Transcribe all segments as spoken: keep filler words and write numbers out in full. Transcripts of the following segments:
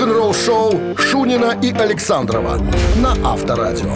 Рок-н-ролл-шоу Шунина и Александрова на Авторадио.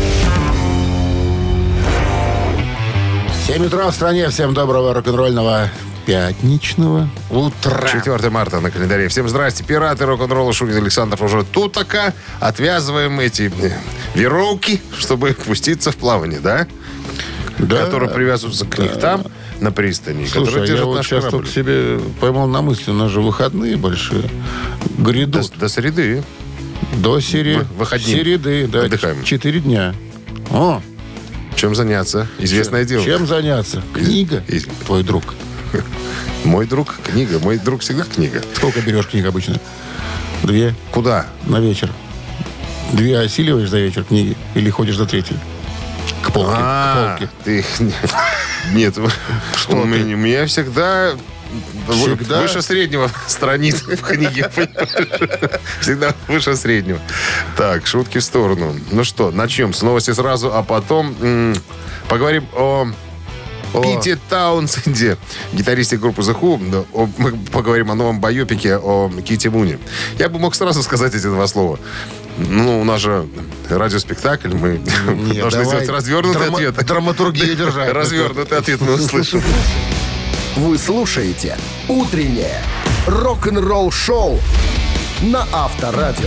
семь утра в стране. Всем доброго рок-н-ролльного пятничного утра. четвёртого марта на календаре. Всем здрасте. Пираты рок-н-ролла Шунин Александров уже тутака. Отвязываем эти веревки, чтобы пуститься в плавание, да? Да. Которые привязываются к них там, на пристани. Слушай, я вот сейчас только себе поймал на мысли, у нас же выходные большие. Грядут. До, до среды. До сери... Выходные. Середы, да. Отдыхаем. Четыре дня. О! Чем заняться? Известное чем, дело. Чем заняться? Книга. И... Твой друг. Мой друг книга. Мой друг всегда книга. Сколько берешь книг обычно? Две? Куда? На вечер. Две осиливаешь за вечер книги? Или ходишь за третьей? К полке. А, к полке. Ты... Нет, что у меня, у меня всегда... Всегда? Выше среднего страниц в книге. Всегда выше среднего. Так, шутки в сторону. Ну что, начнем с новости сразу, а потом м- поговорим о... О. Пите Таунсенде, гитаристе группы The Who. О, мы поговорим о новом байопике о Ките Муне. Я бы мог сразу сказать эти два слова. Ну, у нас же радиоспектакль, мы Нет, должны сделать развернутый драма- ответ. Драматургию держать. Развернутый ответ мы услышим. Вы слушаете «Утреннее рок-н-ролл-шоу» на Авторадио.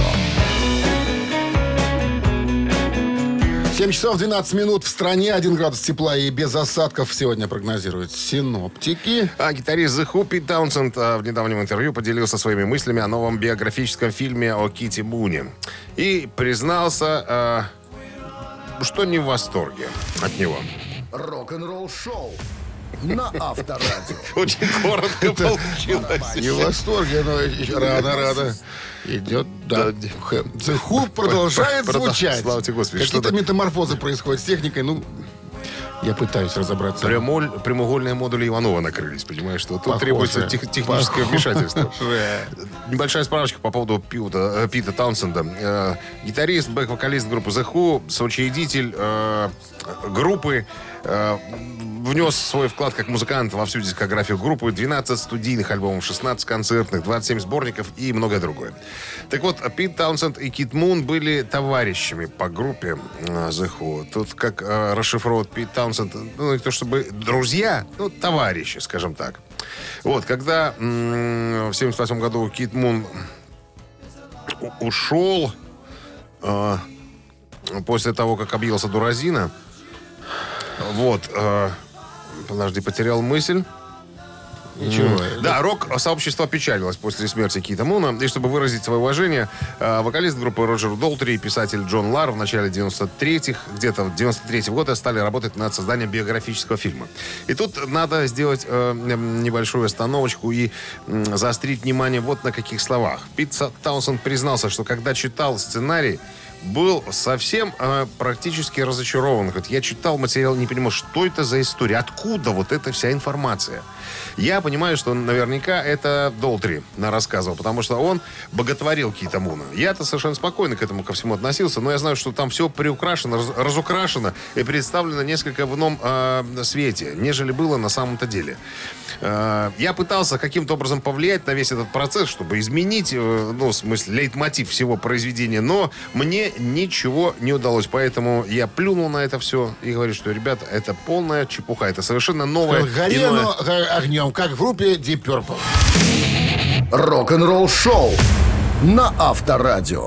семь часов двенадцать минут в стране, один градус тепла и без осадков сегодня прогнозируют синоптики. А гитарист The Who Пит Таунсенд в недавнем интервью поделился своими мыслями о новом биографическом фильме о Ките Муне. И признался, э, что не в восторге от него. Рок-н-ролл-шоу на Авторадио. Очень коротко получилось. Не в восторге, но еще рано-рано идет. Да. The Who продолжает Продолж- звучать. Слава тебе, Господи. Какие-то Что-то- метаморфозы происходят с техникой. Ну, я пытаюсь разобраться. Прямоль, прямоугольные модули Иванова накрылись, понимаешь, что тут Похоже. требуется тех- техническое Похоже. вмешательство. Небольшая справочка по поводу Пьюта, э, Пита Таунсенда. Э, гитарист, бэк-вокалист группы The Who, соучредитель э, группы, э, внес свой вклад как музыкант во всю дискографию группы. двенадцать студийных альбомов, шестнадцать концертных, двадцать семь сборников и многое другое. Так вот, Пит Таунсенд и Кит Мун были товарищами по группе э, The Who. Тут как э, расшифровывает Пит Таунсенд, ну, не то чтобы друзья, ну, товарищи, скажем так. Вот, когда м- в семьдесят восьмом году Кит Мун у- ушел э, после того, как объелся дуразина, вот, э, подожди, потерял мысль. Ничего. Да, рок-сообщество опечалилось после смерти Кита Муна. И чтобы выразить свое уважение, э, вокалист группы Роджер Долтри и писатель Джон Лар в начале девяносто третьих, где-то в девяносто третьего года стали работать над созданием биографического фильма. И тут надо сделать э, небольшую остановочку и э, заострить внимание вот на каких словах. Пит Таунсенд признался, что когда читал сценарий, был совсем э, практически разочарован. Говорит, я читал материал, не понимаю, что это за история, откуда вот эта вся информация. Я понимаю, что наверняка это Долтри рассказывал, потому что он боготворил Кита Муна. Я-то совершенно спокойно к этому ко всему относился, но я знаю, что там все приукрашено, раз, разукрашено и представлено несколько в ином э, свете, нежели было на самом-то деле. Э, я пытался каким-то образом повлиять на весь этот процесс, чтобы изменить, э, ну, в смысле, лейтмотив всего произведения, но мне ничего не удалось, поэтому я плюнул на это все и говорю, что, ребята, это полная чепуха, это совершенно новое. Гори иное... оно огнем, как в группе Deep Purple. Рок-н-ролл-шоу на Авторадио.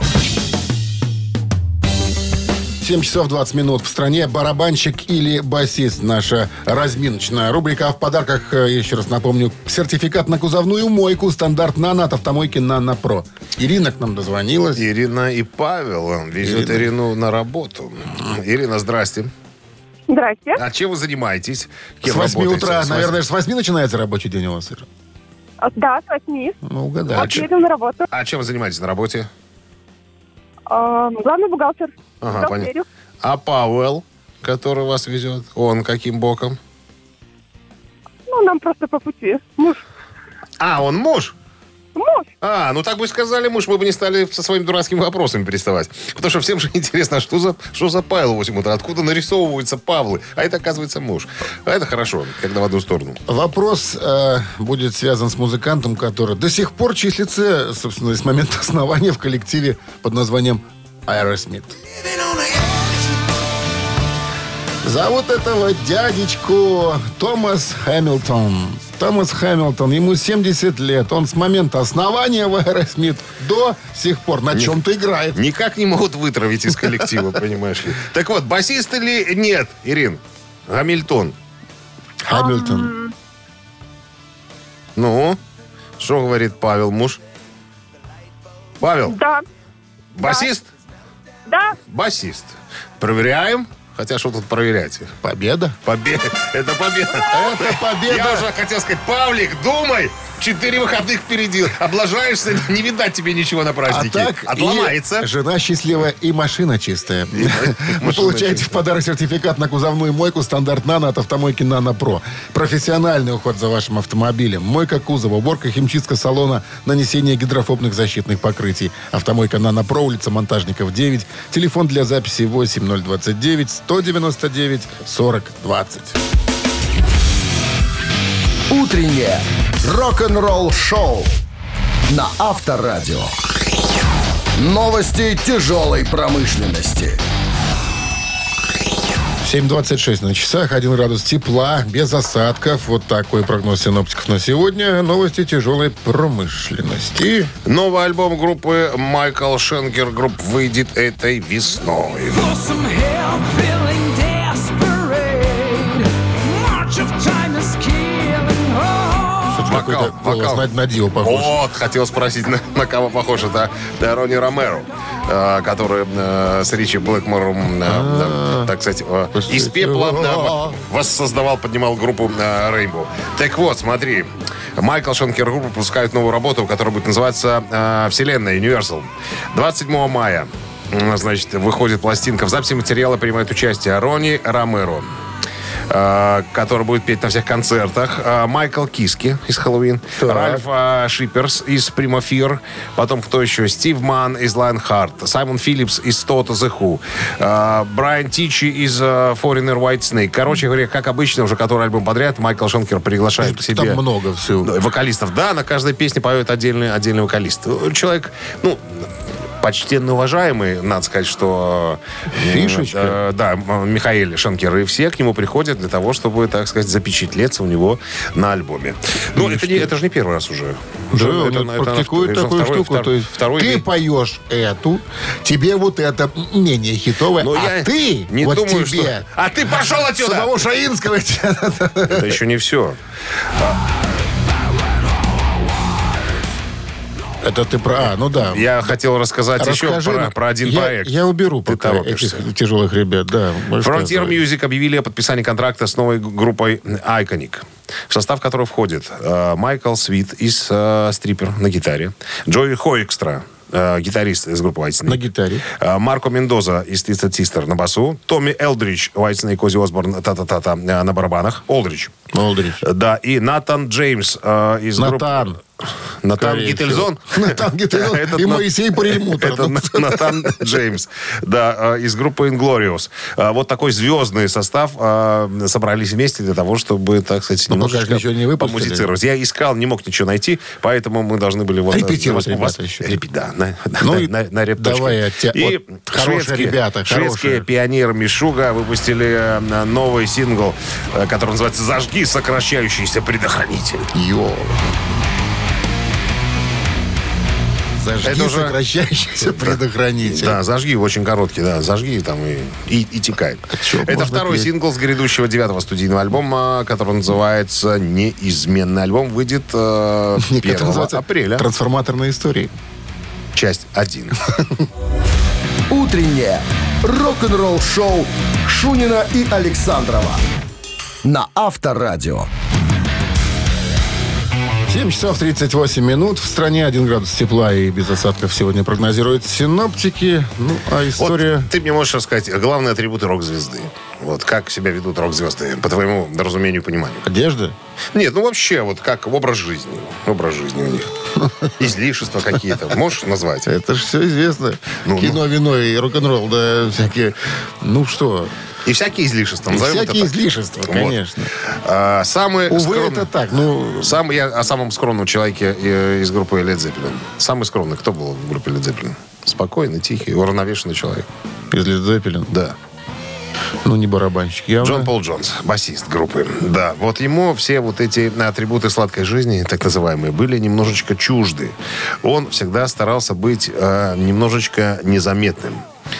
семь часов двадцать минут в стране. Барабанщик или басист. Наша разминочная рубрика. А в подарках, еще раз напомню, сертификат на кузовную мойку. Стандарт «Нано» от автомойки «Нано Про». Ирина к нам дозвонилась. Ирина и Павел везут Ирина. Ирину на работу. Ирина, здрасте. Здрасте. А чем вы занимаетесь? Кем С восьми работаете? утра. С Наверное, восьми. с восьми начинается рабочий день у вас, Ира? А, Да, с восьми. Ну, угадай. Вот едем на работу. А чем вы занимаетесь на работе? А, главный бухгалтер. Ага, В понятно. бухгалтерию. А Пауэлл, который вас везет, он каким боком? Ну, нам просто по пути. Муж. А, он муж? Муж. А, ну так бы сказали, муж, мы бы не стали со своими дурацкими вопросами приставать. Потому что всем же интересно, что за, что за Павел в восемь утра, откуда нарисовываются Павлы. А это, оказывается, муж. А это хорошо, когда в одну сторону. Вопрос э, будет связан с музыкантом, который до сих пор числится, собственно, с момента основания в коллективе под названием Aerosmith. Зовут этого дядечку Томас Хэмилтон. Томас Хэмилтон, ему семьдесят лет. Он с момента основания в Aerosmith до сих пор на чем-то играет. Никак не могут вытравить из коллектива, понимаешь ли. Так вот, басист или нет, Ирин? Гамильтон. Хэмилтон. Ну, что говорит Павел, муж? Павел, Да. басист? Да. Басист. Проверяем. Хотя, что тут проверять? Победа. Победа. Это победа. Это победа. Я уже хотел сказать, Павлик, думай. Четыре выходных впереди. Облажаешься, не видать тебе ничего на А празднике. так Отломается. и жена счастливая, и машина чистая. Вы машина получаете чистая. в подарок сертификат на кузовную мойку стандарт «Нано» от автомойки «Нано Про». Профессиональный уход за вашим автомобилем. Мойка кузова, уборка, химчистка салона, нанесение гидрофобных защитных покрытий. Автомойка «Нано Про», улица Монтажников, девять. Телефон для записи восемь ноль двадцать девять сто девяносто девять сорок двадцать. Утреннее рок-н-ролл-шоу на Авторадио. Новости тяжелой промышленности. семь двадцать шесть на часах, один градус тепла, без осадков. Вот такой прогноз синоптиков на сегодня. Новости тяжелой промышленности. Новый альбом группы Майкл Шенкер Групп выйдет этой весной. Какой-то голос вокал. на, на Дио похож. Вот, хотел спросить, на, на кого похож. Это да, Ронни Ромеро, э, который э, с Ричи Блэкмором, э, да, так сказать, э, из пепла э, воссоздавал, поднимал группу э, Rainbow. Так вот, смотри, Майкл Шенкер Групп выпускает новую работу, которая будет называться э, «Вселенная Universal». двадцать седьмого мая, э, значит, выходит пластинка. В записи материала принимает участие Ронни Ромеро, который будет петь на всех концертах. Майкл Киски из «Хэллоуин». Так. Ральф а, Шиперс из «Prima Fear». Потом кто еще? Стив Манн из «Lionheart». Саймон Филлипс из «Toto The Who». а, Брайан Тичи из а, «Foreigner White Snake». Короче говоря, как обычно, уже который альбом подряд, Майкл Шенкер приглашает к себе... Там много всего. Вокалистов. Да, на каждой песне поет отдельный, отдельный вокалист. Человек, ну... почтенно уважаемый, надо сказать, что... Фишечка. Э, да, Михаил Шенкер. И все к нему приходят для того, чтобы, так сказать, запечатлеться у него на альбоме. Ну, это, не, это же не первый раз уже. Да, Уже он это- это практикует это такую второй- штуку. втор- то есть второй ты день. поешь эту, тебе вот это менее хитовое, Но а я ты, не вот думаю, тебе... что... А ты пошел отсюда! Самого Шаинского. Это еще не все. Это ты про... А, ну да. Я хотел рассказать еще Расскажи про, нам. про один я, проект. Я уберу Ты пока торопишься. этих тяжелых ребят. Да, Frontier Music объявили о подписании контракта с новой группой Iconic, в состав которой входит э, Майкл Свит из э, «Стрипер» на гитаре, Джои Хоэкстра, э, гитарист из группы White Snake, На гитаре. э, Марко Мендоза из Twisted Sister на басу, Томми Элдридж, White Snake, Ози Осборн, та-та-та-та, э, на барабанах, Олдридж. Олдридж. Э, Да, и Натан Джеймс э, из Натан. группы... Натан Скорее Гительзон. всего. Натан Гительзон Этот и На- Моисей Перельмутер. Это Ну, Натан Джеймс. Да, э, из группы Inglorious. Э, Вот такой звездный состав э, собрались вместе для того, чтобы, так сказать, Ну, пока немножечко же ничего не выпустили. помузицировать. Я искал, не мог ничего найти, поэтому мы должны были... Вот, Репетировать э, вас- ребята еще. Репи- Да, на, Ну на, и на, на репточке. давай от тебя- И вот хорошие шведские, ребята, шведские хорошие. пионеры Мишуга выпустили э, новый сингл, э, который называется «Зажги сокращающийся предохранитель». Йо. Зажги Это уже- сокращающийся предохранитель. Да, зажги, очень короткий, да, зажги там и, и, и текай. чё, Это можно второй петь? сингл с грядущего девятого студийного альбома, который называется «Неизменный альбом». Выйдет э, Мне как это первого называется? апреля. Трансформаторные истории. Часть один. Утреннее рок-н-ролл-шоу Шунина и Александрова на Авторадио. семь часов тридцать восемь минут. В стране один градус тепла и без осадков сегодня прогнозируют синоптики. Ну, а история... Вот ты мне можешь рассказать главные атрибуты рок-звезды. Вот как себя ведут рок-звезды, по твоему разумению и пониманию. Одежда? Нет, ну вообще, вот как образ жизни. Образ жизни у них. Излишества какие-то. Можешь назвать? Это же все известно. Ну, Кино, вино и рок-н-ролл, да, всякие... Ну что... И всякие излишества. И назовем это всякие так. излишества, Вот. конечно. А, самые Увы, скромные- это так. Ну, Сам, я о самом скромном человеке э, из группы Led Zeppelin. Самый скромный, кто был в группе Led Zeppelin? Спокойный, тихий, уравновешенный человек. из Led Zeppelin. Да. Ну, не барабанщик. Явно. Джон Пол Джонс, басист группы. Да, вот ему все вот эти атрибуты сладкой жизни, так называемые, были немножечко чужды. Он всегда старался быть э, немножечко незаметным.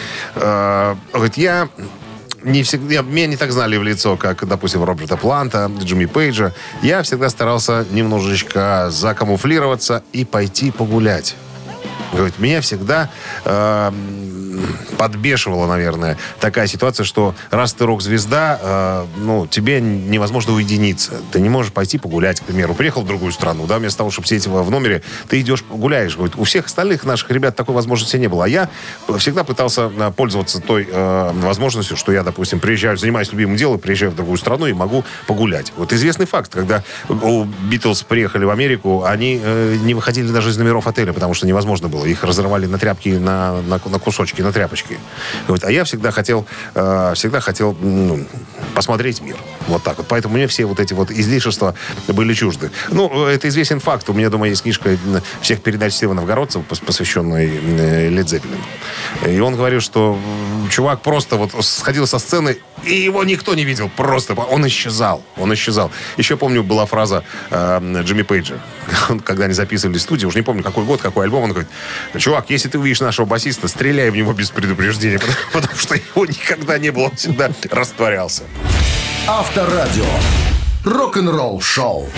Э, говорит, я... Не всегда, я, меня не так знали в лицо, как, допустим, Роберта Планта, Джимми Пейджа. Я всегда старался немножечко закамуфлироваться и пойти погулять. Говорит, меня всегда э, подбешивала, наверное, такая ситуация, что раз ты рок-звезда, э, ну, тебе невозможно уединиться. Ты не можешь пойти погулять, к примеру. Приехал в другую страну, да, вместо того, чтобы сидеть в номере, ты идешь гуляешь. Говорит, у всех остальных наших ребят такой возможности не было. А я всегда пытался пользоваться той э, возможностью, что я, допустим, приезжаю, занимаюсь любимым делом, приезжаю в другую страну и могу погулять. Вот известный факт, когда у Битлз приехали в Америку, они э, не выходили даже из номеров отеля, потому что невозможно было. Их разрывали на тряпки, на, на, на кусочки, на тряпочки. Вот. А я всегда хотел, э, всегда хотел ну, посмотреть мир. Вот так вот. Поэтому мне все вот эти вот излишества были чужды. Ну, это известен факт. У меня дома есть книжка всех передач Стива Новгородцева, посвященная Led Zeppelin. И он говорил, что чувак просто вот сходил со сцены, и его никто не видел. Просто он исчезал. Он исчезал. Еще помню, была фраза э, Джимми Пейджа. Когда они записывали в студии, уже не помню, какой год, какой альбом, он говорит, чувак, если ты увидишь нашего басиста, стреляй в него без предупреждения, потому, потому что его никогда не было, он всегда растворялся. Авторадио. Рок-н-ролл шоу.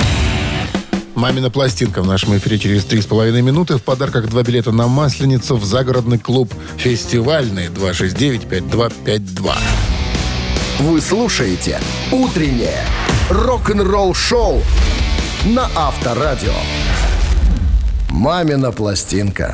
«Мамина пластинка» в нашем эфире через три с половиной минуты. В подарках два билета на Масленицу в загородный клуб «Фестивальный» два шесть девять пять два пять два. Вы слушаете «Утреннее рок-н-ролл шоу» на Авторадио. «Мамина пластинка».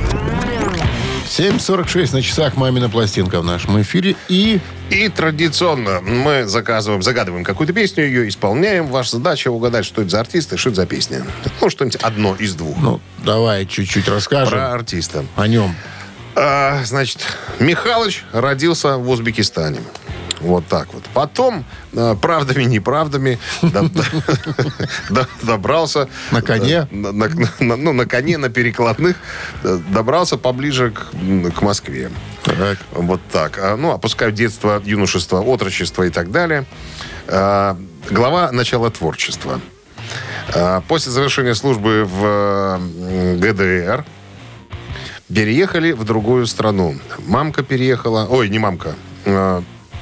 семь сорок шесть на часах «Мамина пластинка» в нашем эфире. И... И традиционно мы заказываем, загадываем какую-то песню, ее исполняем. Ваша задача угадать, что это за артист и что это за песня. Ну, что-нибудь одно из двух. Ну, давай чуть-чуть расскажем Про артиста. о нем. А, значит, Михалыч родился в Узбекистане. Вот так вот. Потом, а, правдами, неправдами, до- до- добрался... На коне? на- на- на- Ну, на коне, на перекладных. э, Добрался поближе к м, к Москве. Так. Вот так. А, Ну, опускают детство, юношество, отрочество и так далее. А, Глава начала творчества. А, После завершения службы в м, ГДР переехали в другую страну. Мамка переехала... Ой, не мамка. а,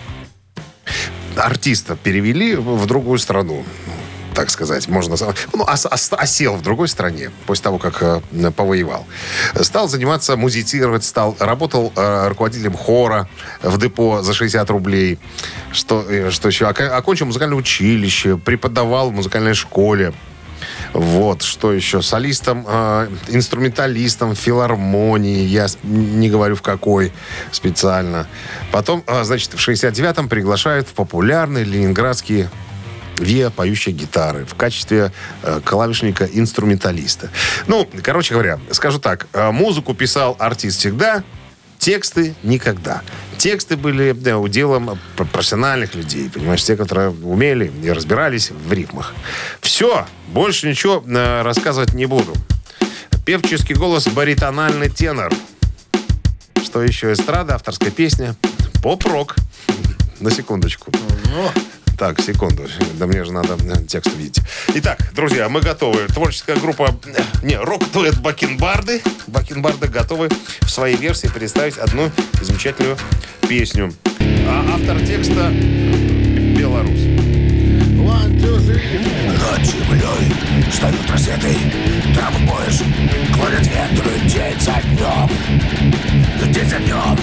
Артиста перевели в другую страну. Так сказать, можно... Ну, ос- ос- осел в другой стране после того, как э, повоевал. Стал заниматься, музицировать, стал... Работал э, руководителем хора в депо за шестьдесят рублей. Что, э, что еще? Ока- Окончил музыкальное училище, преподавал в музыкальной школе. Вот, что еще? Солистом, э, инструменталистом в филармонии, я с- не говорю в какой специально. Потом, э, значит, в шестьдесят девятом приглашают в популярные ленинградские ВИА поющие гитары в качестве э, клавишника-инструменталиста. Ну, короче говоря, скажу так, э, музыку писал артист всегда, тексты никогда. Тексты были да, уделом профессиональных людей, понимаешь, те, которые умели и разбирались в рифмах. Все, больше ничего э, рассказывать не буду. Певческий голос, баритональный тенор. Что еще? Эстрада, авторская песня, поп-рок. На секундочку. Так, секунду. Да мне же надо э, текст увидеть. Итак, друзья, мы готовы. Творческая группа... э, Не, рок-дуэт Бакенбарды. Бакенбарды готовы в своей версии представить одну замечательную песню. А автор текста белорус. One, two, three. Над землей встают рассветы, там в пояс клонят ветры день за днем, день за днем.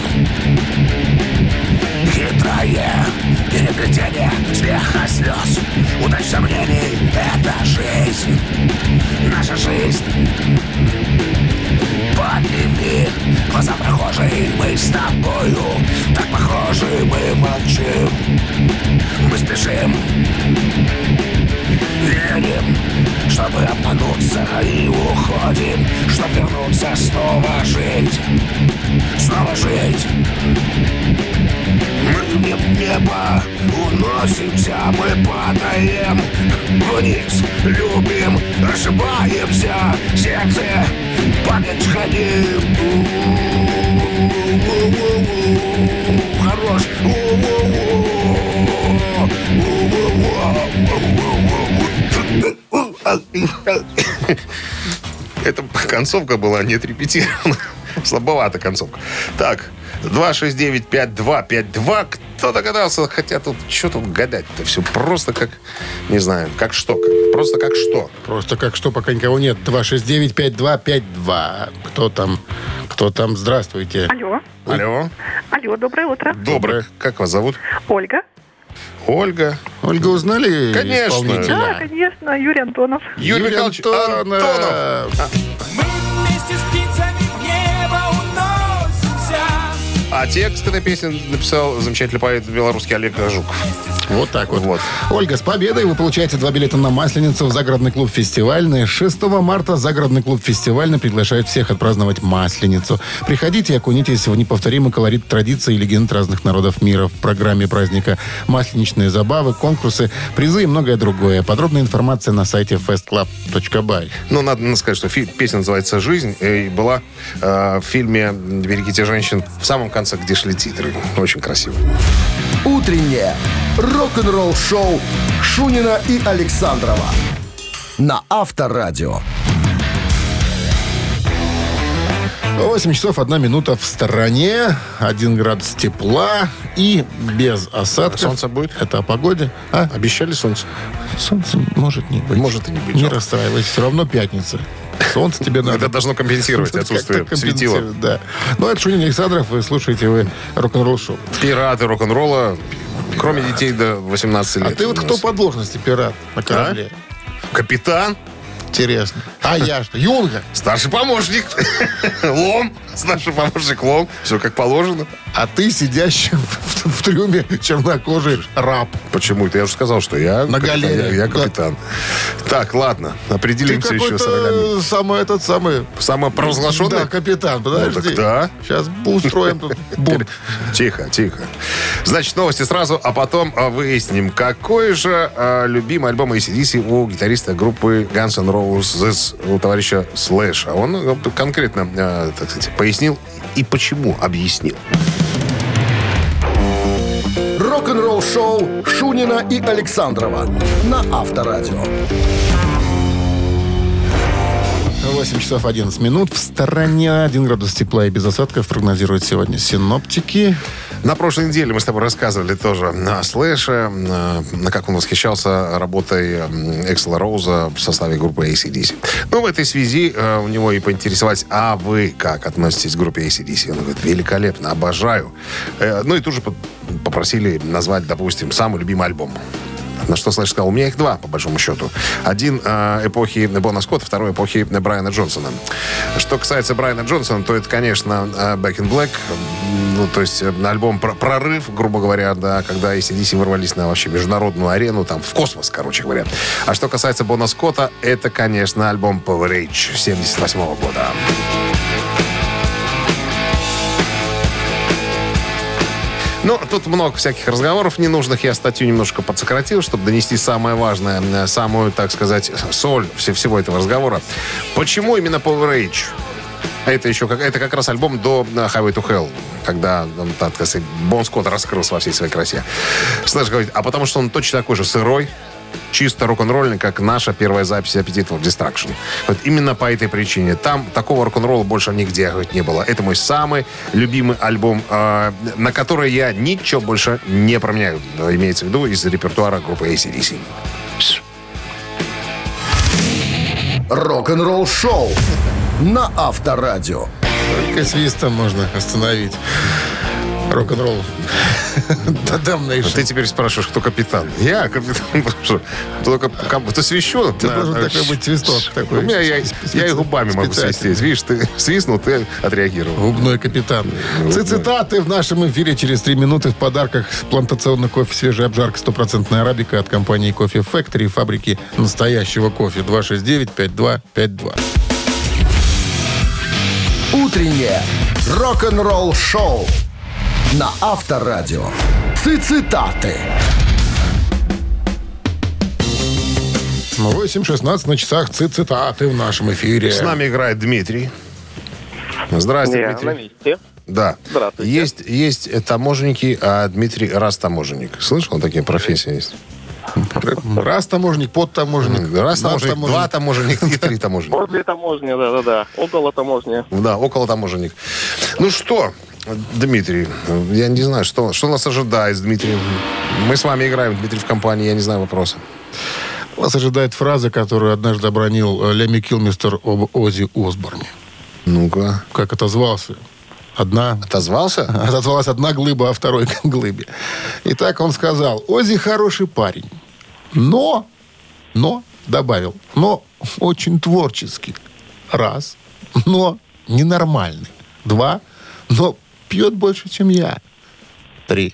Хитрое переплетение смеха, слез, удач, сомнений — это жизнь. уходим, чтоб вернуться, снова жить. Снова жить. Мы не в небо уносимся, мы падаем вниз, любим, ошибаемся, сердце память храним. У-у-у-у-у-у. Хорош. Эта концовка была не отрепетирована. Слабовата концовка. Так, два шесть девять пять два пять два. Кто догадался? Хотя тут, что тут гадать-то? Все просто как, не знаю, как что. Как, просто как что. Просто как что, пока никого нет. два шесть девять пять два пять два. Кто там? Кто там? Здравствуйте. Алло. Алло. Алло, доброе утро. Доброе. Как вас зовут? Ольга. Ольга. Ольга, узнали Конечно. исполнителя? Да, конечно, Юрий Антонов. Юрий Михайлович Антонов. Мы вместе с птицами в небо уносимся. А текст этой песни написал замечательный поэт белорусский Олег Жуков. Вот так вот. Вот. Ольга, с победой! Вы получаете два билета на Масленицу в загородный клуб «Фестивальный». шестого марта загородный клуб «Фестивальный» приглашает всех отпраздновать Масленицу. Приходите и окунитесь в неповторимый колорит традиций и легенд разных народов мира. В программе праздника масленичные забавы, конкурсы, призы и многое другое. Подробная информация на сайте фест клаб точка бай. Ну, надо сказать, что фи- песня называется «Жизнь» и была э, в фильме «Берегите женщин» в самом конце, где шли титры. Очень красиво. Утреннее рок-н-ролл-шоу Шунина и Александрова на Авторадио. восемь часов одна минута в стороне, один градус тепла и без осадков. Солнце будет? Это о погоде. А? Обещали солнце? Солнце может не быть. Может и не быть. Не жалко. расстраивайся, все равно пятница. Солнце тебе надо. Это должно компенсировать отсутствие Как-то светила. компенсировать, Да. Ну, это Шунин Александров, вы слушаете вы рок-н-ролл шоу. Пираты рок-н-ролла, кроме детей до восемнадцати лет. А ты вот у кто нас. по должности пират на корабле? Капитан, Интересно. А я что? Юнга? старший помощник, лом, старший помощник лом. Все как положено. А ты сидящий в, в трюме чернокожий раб. Почему это? Я уже сказал, что я На капитан. галере. Я, я Да. капитан. Так, ладно. Ты Определимся еще с ролями. какой-то самый этот самый... Самопровозглашенный? Да, капитан, подожди. Ну, так да. Сейчас устроим тут бунт. Тихо, тихо. Значит, новости сразу, а потом а, выясним, какой же а, любимый альбом эй си ди си у гитариста группы Guns N' Roses, у товарища Слэша. Он а, конкретно, а, так сказать, пояснил и почему объяснил. Рок-н-ролл-шоу Шунина и Александрова на Авторадио. восемь часов одиннадцать минут. В стороне один градус тепла и без осадков прогнозируют сегодня синоптики. На прошлой неделе мы с тобой рассказывали тоже о Слэше, на, на как он восхищался работой Эксла Роуза в составе группы эй си ди си. Ну, в этой связи э, у него и поинтересовались, а вы как относитесь к группе эй си ди си? Он говорит, великолепно, обожаю. Э, ну и тут же попросили назвать, допустим, самый любимый альбом. На что Слэш сказал, у меня их два, по большому счету. Один э, эпохи Бона Скотта, второй эпохи Брайана Джонсона. Что касается Брайана Джонсона, то это, конечно, Back in Black. Ну, то есть альбом «Прорыв», грубо говоря, да, когда эй си ди си ворвались на вообще международную арену, там, в космос, короче говоря. А что касается Бона Скотта, это, конечно, альбом Power Age семьдесят восьмого года. Ну, тут много всяких разговоров ненужных. Я статью немножко подсократил, чтобы донести самое важное, самую, так сказать, соль всего этого разговора. Почему именно Power Age? Это еще как, это как раз альбом до Highway to Hell, когда, так сказать, Бон Скотт раскрылся во всей своей красе. Слэш говорит, а потому что он точно такой же сырой, чисто рок-н-ролльный, как наша первая запись Appetite for Destruction. Вот именно по этой причине. Там такого рок-н-ролла больше нигде говорит, не было. Это мой самый любимый альбом, э, на который я ничего больше не променяю. Имеется в виду из репертуара группы эй си ди си. Рок-н-ролл-шоу на Авторадио. Только свистом можно остановить рок-н-ролл. Damnation. Ты теперь спрашиваешь, кто капитан? Я капитан. Только ты свищу. Ты должен такой быть свисток. Такой. У меня я, я и губами могу свистеть. Видишь, ты свистнул, ты отреагировал. Губной капитан. Цитаты в нашем эфире через три минуты. В подарках плантационный кофе, свежая обжарка, стопроцентная арабика от компании Coffee Factory, фабрики настоящего кофе. два шесть девять пять два пять два. утреннее рок-н-ролл-шоу на Авторадио. Цитаты. восемь шестнадцать на часах цитаты в нашем эфире. С нами играет Дмитрий. Здравствуйте, Я Дмитрий. на месте. Да. Здравствуйте. Есть, есть таможенники, а Дмитрий растаможенник. Слышал, такие профессии есть? Раз таможенник, под таможенник. Раз над таможенник, два таможенника и три таможенника. Возле таможни, да-да-да. Около таможни. Да, около таможенник. Ну что, Дмитрий, я не знаю, что, что нас ожидает с Дмитрием. Мы с вами играем, Дмитрий, в компании, я не знаю вопроса. Вас ожидает фраза, которую однажды обронил Лемми Килмистер об Оззи Осборне. Ну-ка. Как отозвался? Одна... Отозвался? Отозвалась одна глыба, а второй глыбе. Итак, он сказал: Оззи хороший парень, но, но, добавил, но очень творческий. Раз. Но ненормальный. Два. Но пьет больше, чем я. Три.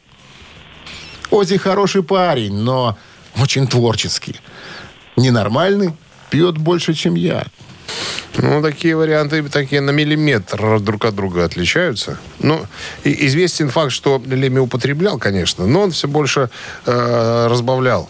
Оззи хороший парень, но очень творческий. Ненормальный, пьет больше, чем я. Ну, такие варианты, такие на миллиметр друг от друга отличаются. Ну, и известен факт, что Лемми употреблял, конечно, но он все больше э, разбавлял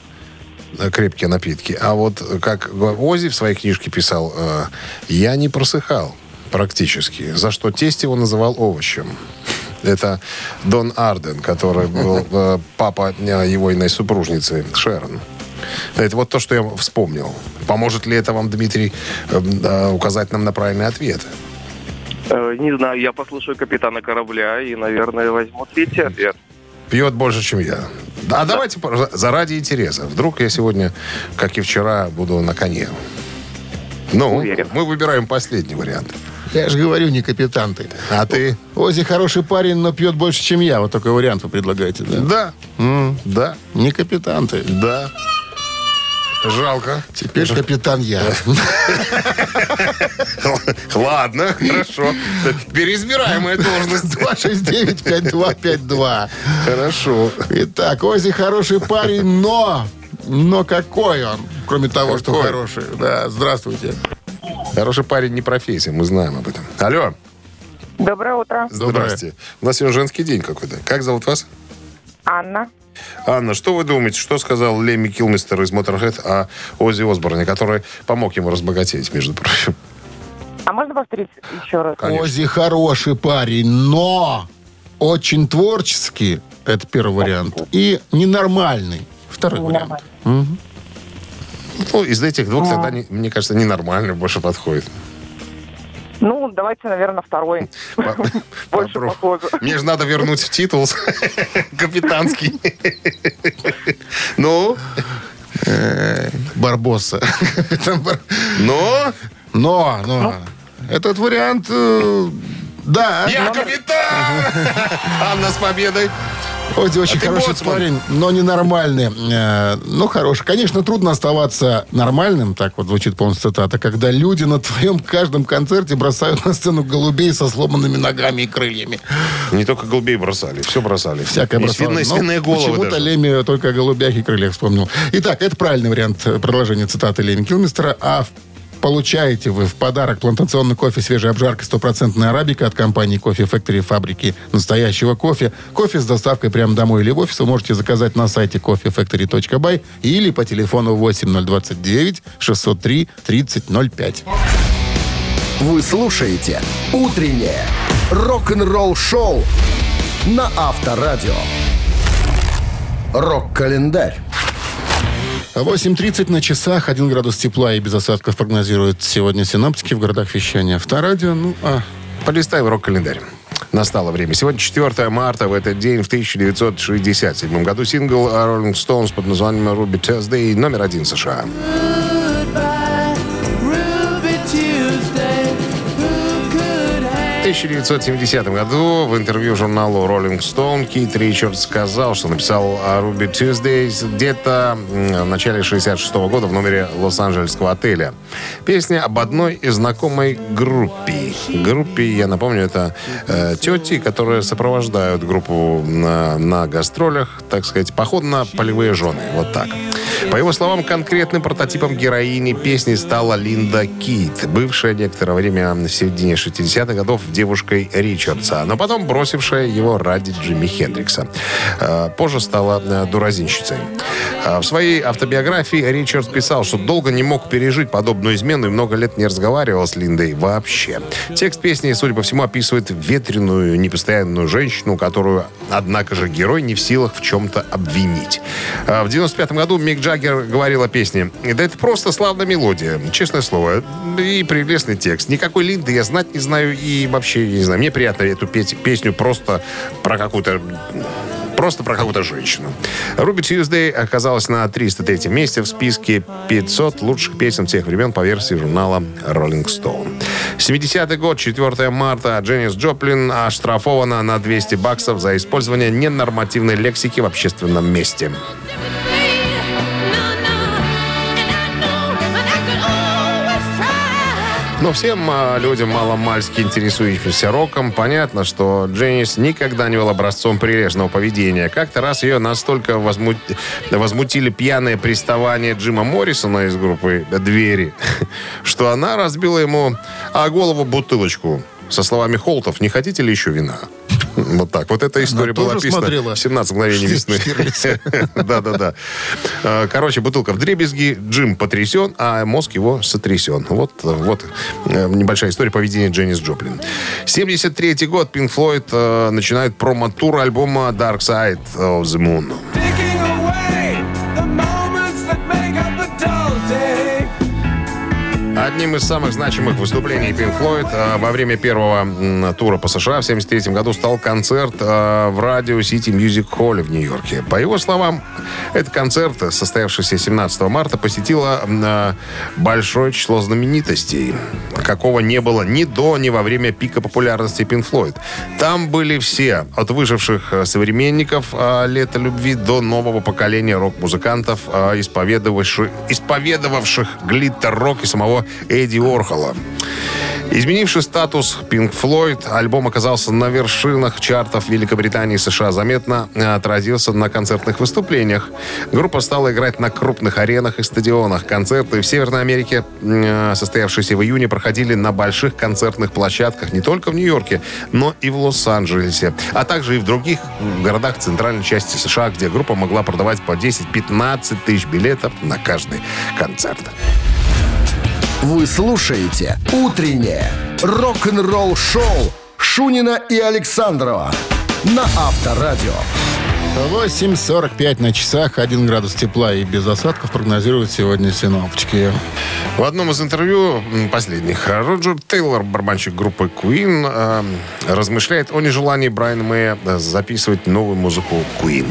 крепкие напитки. А вот как Оззи в своей книжке писал, э, я не просыхал практически, за что тесть его называл овощем. Это Дон Арден, который был э, папа его иной супружницы Шерон. Это вот то, что я вспомнил. Поможет ли это вам, Дмитрий, э, э, указать нам на правильный ответ? Э, не знаю, я послушаю капитана корабля и, наверное, возьму третий ответ. Пьет больше, чем я. А да. Давайте заради интереса. Вдруг я сегодня, как и вчера, буду на коне. Ну, Уверен. мы выбираем последний вариант. Я же говорю, не капитан ты. А ты? Оззи хороший парень, но пьет больше, чем я. Вот такой вариант вы предлагаете, да? Да. М, Да. Не капитан ты. Да. Жалко. Теперь капитан я. Ладно, хорошо. Переизбираемая должность. два шесть девять пять два пять два. Хорошо. Итак, Оззи хороший парень, но... Но какой он? Кроме того, что Какой? хороший. Да, здравствуйте. Хороший парень не профессия, мы знаем об этом. Алло. Доброе утро. Здравствуйте. У нас сегодня женский день какой-то. Как зовут вас? Анна. Анна, что вы думаете, что сказал Лемми Килмистер из Motorhead о Оззи Осборне, который помог ему разбогатеть, между прочим? А можно повторить еще раз? Конечно. Оззи хороший парень, но очень творческий. Это первый вариант. И ненормальный. Второй вариант. Нормально. Ну, из этих двух тогда, не- мне кажется, ненормально больше подходит. Ну, давайте, наверное, второй. Больше Попро- похоже. Мне же надо вернуть титул капитанский. Ну, Барбосса. Там бар- но... Но, но. Этот вариант... э, Да. Я капитан! Анна, с победой! Оззи очень А ты хороший боцман. парень, но ненормальный. Э, ну, хороший. Конечно, трудно оставаться нормальным, так вот звучит полностью цитата, когда люди на твоем каждом концерте бросают на сцену голубей со сломанными ногами и крыльями. Не только голубей бросали, все бросали. Всякое И бросало. свиные, Но свиные головы почему-то даже. Лемми только о голубях и крыльях вспомнил. Итак, это правильный вариант продолжения цитаты Лемми Килмистера. А в- получаете вы в подарок плантационный кофе свежей обжарки стопроцентная арабика от компании Coffee Factory, фабрики настоящего кофе. Кофе с доставкой прямо домой или в офис вы можете заказать на сайте кофе фэктори точка бай или по телефону восемь ноль двадцать девять шестьсот три тридцать ноль пять. Вы слушаете «Утреннее рок-н-ролл-шоу» на Авторадио. Рок-календарь. восемь тридцать на часах, один градус тепла и без осадков прогнозируют сегодня синоптики в городах вещания. Авторадио, ну, а... Полистаем рок-календарь. Настало время. Сегодня четвёртое марта. В этот день, в тысяча девятьсот шестьдесят седьмом году, сингл Rolling Stones под названием «Ruby Tuesday» номер один в США. В тысяча девятьсот семидесятом году в интервью журналу Rolling Stone Кит Ричардс сказал, что написал о Ruby Tuesdays где-то в начале шестьдесят шестого года в номере лос-анджелесского отеля. Песня об одной из знакомой группе. Группе, я напомню, это э, тети, которые сопровождают группу на, на гастролях, так сказать, поход на полевые жены. Вот так. По его словам, конкретным прототипом героини песни стала Линда Кит, бывшая некоторое время в середине шестидесятых годов девушкой Ричардса, но потом бросившая его ради Джимми Хендрикса. Позже стала дуразинщицей. В своей автобиографии Ричардс писал, что долго не мог пережить подобную измену и много лет не разговаривал с Линдой вообще. Текст песни, судя по всему, описывает ветреную, непостоянную женщину, которую, однако же, герой не в силах в чем-то обвинить. В девяносто пятом году Мик Джаггер говорил о песне: «Да это просто славная мелодия, честное слово, и прелестный текст. Никакой Линды я знать не знаю и вообще не знаю. Мне приятно эту песню просто про какую-то... Просто про какую-то женщину». Ruby Tuesday оказалась на триста третьем месте в списке пятисот лучших песен тех времен по версии журнала Rolling Stone. семидесятый год, четвёртого марта, Дженнис Джоплин оштрафована на двести баксов за использование ненормативной лексики в общественном месте. Но всем а, людям, маломальски интересующимся роком, понятно, что Дженнис никогда не был образцом прилежного поведения. Как-то раз ее настолько возмут... возмутили пьяное приставание Джима Моррисона из группы «Двери», что она разбила ему о голову бутылочку со словами «Холтов, не хотите ли еще вина?» Вот так. Вот эта история была описана в «семнадцать мгновений весны». Да-да-да. Короче, бутылка вдребезги, Джим потрясен, а мозг его сотрясен. Вот, вот небольшая история поведения Дженнис Джоплин. семьдесят третий год, Pink Floyd начинает промо-тур альбома Dark Side of the Moon. Одним из самых значимых выступлений Pink Floyd э, во время первого м, тура по США в семьдесят третьем году стал концерт э, в Radio City Music Hall в Нью-Йорке. По его словам, этот концерт, состоявшийся семнадцатого марта, посетило э, большое число знаменитостей, какого не было ни до, ни во время пика популярности Pink Floyd. Там были все, от выживших современников э, «Лета любви» до нового поколения рок-музыкантов, э, исповедовавших, исповедовавших глиттер-рок и самого Эдди Уорхола. Изменивший статус Pink Floyd, альбом оказался на вершинах чартов Великобритании и США, заметно отразился на концертных выступлениях. Группа стала играть на крупных аренах и стадионах. Концерты в Северной Америке, состоявшиеся в июне, проходили на больших концертных площадках не только в Нью-Йорке, но и в Лос-Анджелесе, а также и в других городах центральной части США, где группа могла продавать по десять-пятнадцать тысяч билетов на каждый концерт. Вы слушаете «Утреннее рок-н-ролл-шоу» Шунина и Александрова на Авторадио. восемь сорок пять на часах, один градус тепла и без осадков прогнозируют сегодня синоптики. В одном из интервью последних Роджер Тейлор, барабанщик группы Queen, э, размышляет о нежелании Брайана Мэя записывать новую музыку Queen.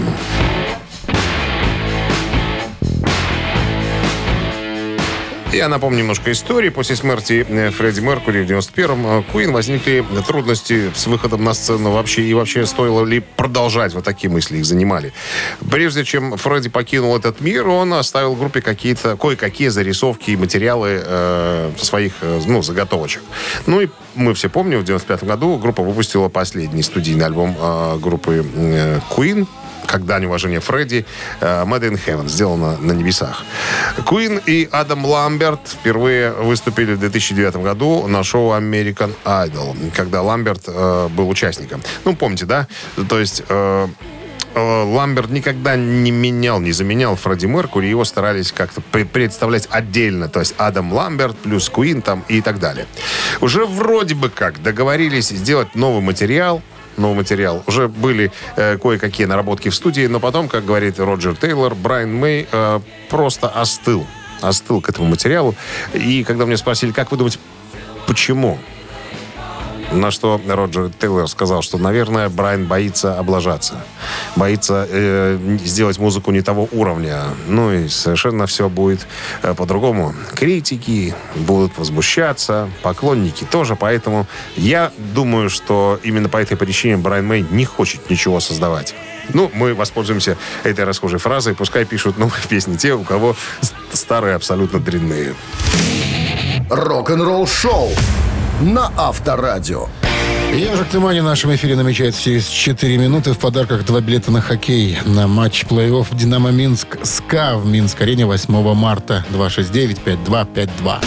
Я напомню немножко истории. После смерти Фредди Меркьюри в девяносто первом Queen возникли трудности с выходом на сцену вообще. И вообще, стоило ли продолжать? Вот такие мысли их занимали. Прежде чем Фредди покинул этот мир, он оставил группе какие-то, кое-какие зарисовки и материалы э, своих э, ну, заготовочек. Ну и мы все помним, в девяносто пятом году группа выпустила последний студийный альбом э, группы э, Queen, как дань уважения Фредди, Made in Heaven, сделано на небесах. Queen и Адам Ламберт впервые выступили в две тысячи девятом году на шоу American Idol, когда Ламберт э, был участником. Ну, помните, да? То есть... Э, Ламберт никогда не менял, не заменял Фредди Меркьюри, его старались как-то представлять отдельно, то есть Адам Ламберт плюс Queen там и так далее. Уже вроде бы как договорились сделать новый материал, новый материал. Уже были э, кое-какие наработки в студии, но потом, как говорит Роджер Тейлор, Брайан Мэй э, просто остыл, остыл к этому материалу. И когда меня спросили, как вы думаете, почему? На что Роджер Тейлор сказал, что, наверное, Брайан боится облажаться. Боится э, сделать музыку не того уровня. Ну и совершенно все будет э, по-другому. Критики будут возмущаться, поклонники тоже. Поэтому я думаю, что именно по этой причине Брайан Мэй не хочет ничего создавать. Ну, мы воспользуемся этой расхожей фразой. Пускай пишут новые песни те, у кого старые абсолютно дрянные. Рок-н-ролл-шоу на Авторадио. «Ежик Тумани» в нашем эфире намечается через четыре минуты. В подарках два билета на хоккей на матч плей-офф «Динамо Минск» СКА в Минск-арене восьмого марта. два шесть девять пять два пять два.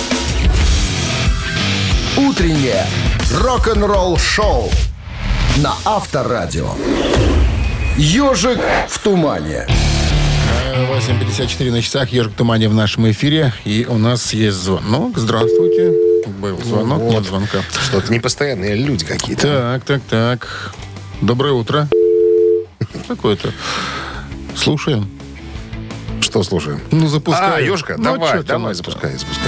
Утреннее рок-н-ролл-шоу на Авторадио. «Ежик в тумане». восемь пятьдесят четыре на часах. «Ежик в тумане» в нашем эфире. И у нас есть звонок. Здравствуйте. Был звонок, Вот. нет звонка. Что-то непостоянные люди какие-то. Так, так, так. Доброе утро. Какое-то. Слушаем. Что слушаем? Ну, запускай. А, Ёшка, Ну, давай, чё там давай, это? запускай, запускай.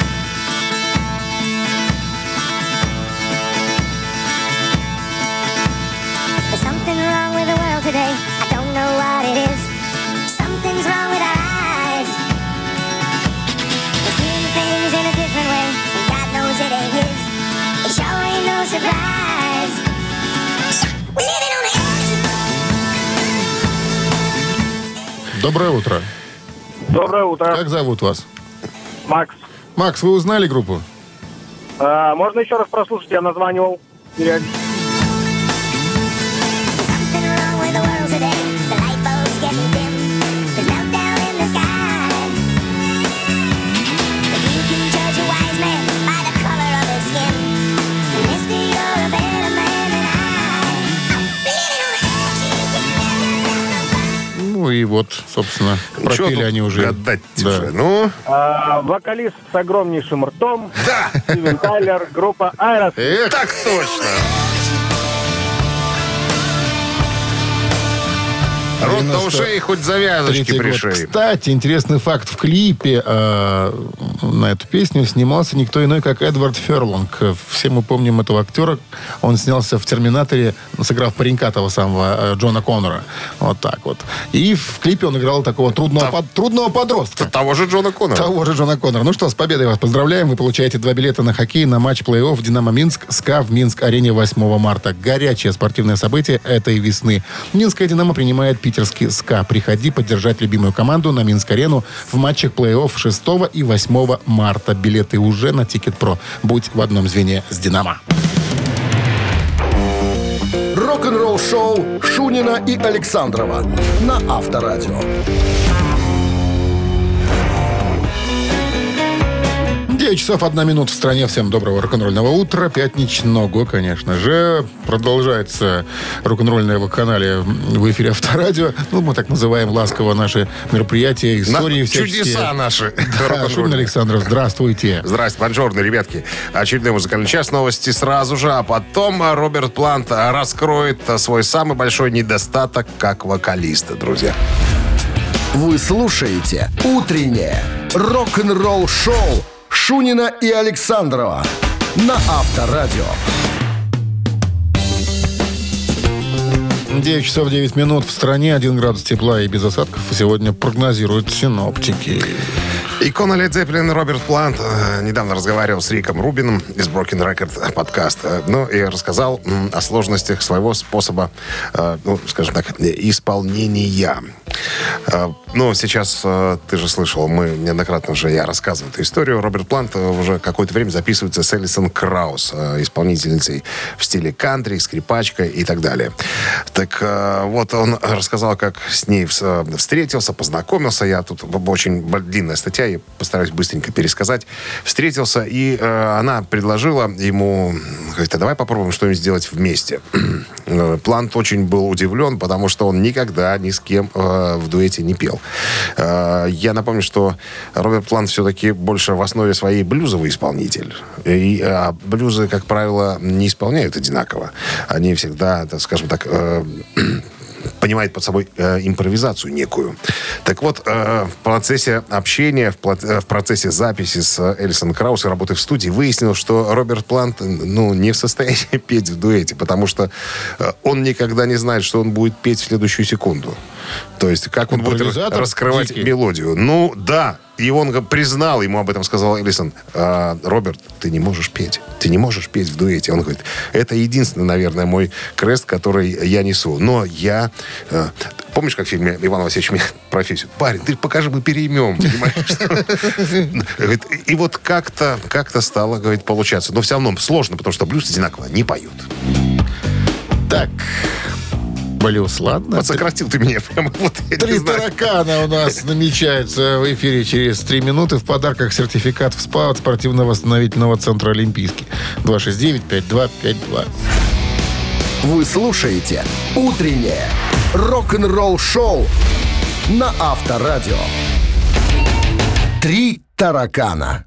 There's something wrong with the world today. I don't know what it is. Something's wrong with our eyes. We're seeing things in a different way, and God knows it ain't his. It sure ain't no surprise. We're living on the edge. Доброе утро. Доброе утро. Как зовут вас? Макс. Макс, вы узнали группу? А, можно еще раз прослушать? Я названивал. периодически. Something wrong with the world today. The light bulb's getting dim. There's meltdown in the sky. If you can judge a wise man by the color of his skin, then mister, you're a better man than I. Living on the edge. Ну и вот, собственно, Чё пропели тут они уже. гадать Да. уже? Ну, А, вокалист с огромнейшим ртом. да, Стивен Тайлер, группа Aerosmith. Эх, так точно. Рот до девяносто ушей, хоть завязочки третий год. пришей. Кстати, интересный факт. В клипе э, на эту песню снимался никто иной, как Эдвард Ферлонг. Все мы помним этого актера. Он снялся в «Терминаторе», сыграв паренька того самого э, Джона Коннора. Вот так вот. И в клипе он играл такого трудного, Та- под- трудного подростка. Того же Джона Коннора. Того же Джона Коннора. Ну что, с победой вас поздравляем. Вы получаете два билета на хоккей на матч плей-офф «Динамо Минск» СКА в Минск-арене восьмого марта. Горячее спортивное событие этой весны. Минская «Динамо» принимает питерский СКА. Приходи поддержать любимую команду на Минск-арену в матчах плей-офф шестого и восьмого марта. Билеты уже на Тикет.Про. Будь в одном звене с «Динамо». Рок-н-ролл-шоу Шунина и Александрова на Авторадио. девять часов одна минута в стране. Всем доброго рок-н-ролльного утра. Пятничного, конечно же. Продолжается рок-н-ролльное вакханалия в эфире Авторадио. Ну, мы так называем ласково наши мероприятия, истории На- всяческие. Чудеса наши. Да, Рок-н-ролльные. Шунин Александров, здравствуйте. Здрасте, бонжорно, ребятки. Очередной музыкальный час, новости сразу же, а потом Роберт Плант раскроет свой самый большой недостаток как вокалиста, друзья. Вы слушаете «Утреннее рок-н-ролл-шоу» Шунина и Александрова на Авторадио. девять часов девять минут в стране, один градус тепла и без осадков. Сегодня прогнозируют синоптики. Икона Led Zeppelin Роберт Плант э, недавно разговаривал с Риком Рубином из Broken Record подкаста. Ну, и рассказал м, о сложностях своего способа, э, ну, скажем так, исполнения. Э, ну, сейчас э, ты же слышал, мы неоднократно уже я рассказывал эту историю. Роберт Плант э, уже какое-то время записывается с Элисон Краус, э, исполнительницей в стиле кантри, скрипачка и так далее. Так э, вот, он рассказал, как с ней вс- встретился, познакомился. Я тут очень длинная статья, я постараюсь быстренько пересказать. Встретился, и э, она предложила ему, говорит, а давай попробуем что-нибудь сделать вместе. Плант очень был удивлен, потому что он никогда ни с кем э, в дуэте не пел. Э, я напомню, что Роберт Плант все-таки больше в основе своей блюзовый исполнитель. И э, блюзы, как правило, не исполняют одинаково. Они всегда, так, скажем так, э, понимает под собой э, импровизацию некую. Так вот, э, в процессе общения, в, плат- э, в процессе записи с Элисон Краус и работы в студии выяснилось, что Роберт Плант, ну, не в состоянии петь в дуэте, потому что э, он никогда не знает, что он будет петь в следующую секунду. То есть, как он будет Импровизатор раскрывать дикий. мелодию. Ну, да. И он г- признал, ему об этом сказал Эллисон. «А, Роберт, ты не можешь петь. Ты не можешь петь в дуэте. Он говорит, это единственный, наверное, мой крест, который я несу. Но я... э, помнишь, как в фильме Иван Васильевич меняет профессию? Парень, ты покажи, мы переймем. Понимаешь? Говорит, и вот как-то, как-то стало, говорит, получаться. Но все равно сложно, потому что блюз одинаково не поют. Так, блюз, ладно. Подсократил ты меня прямо вот. я не Три знаю. таракана у нас намечаются в эфире через три минуты. В подарках сертификат в СПА от спортивно-восстановительного центра «Олимпийский». два шесть девять пять два пять два. Вы слушаете «Утреннее рок-н-ролл-шоу» на Авторадио. «Три таракана».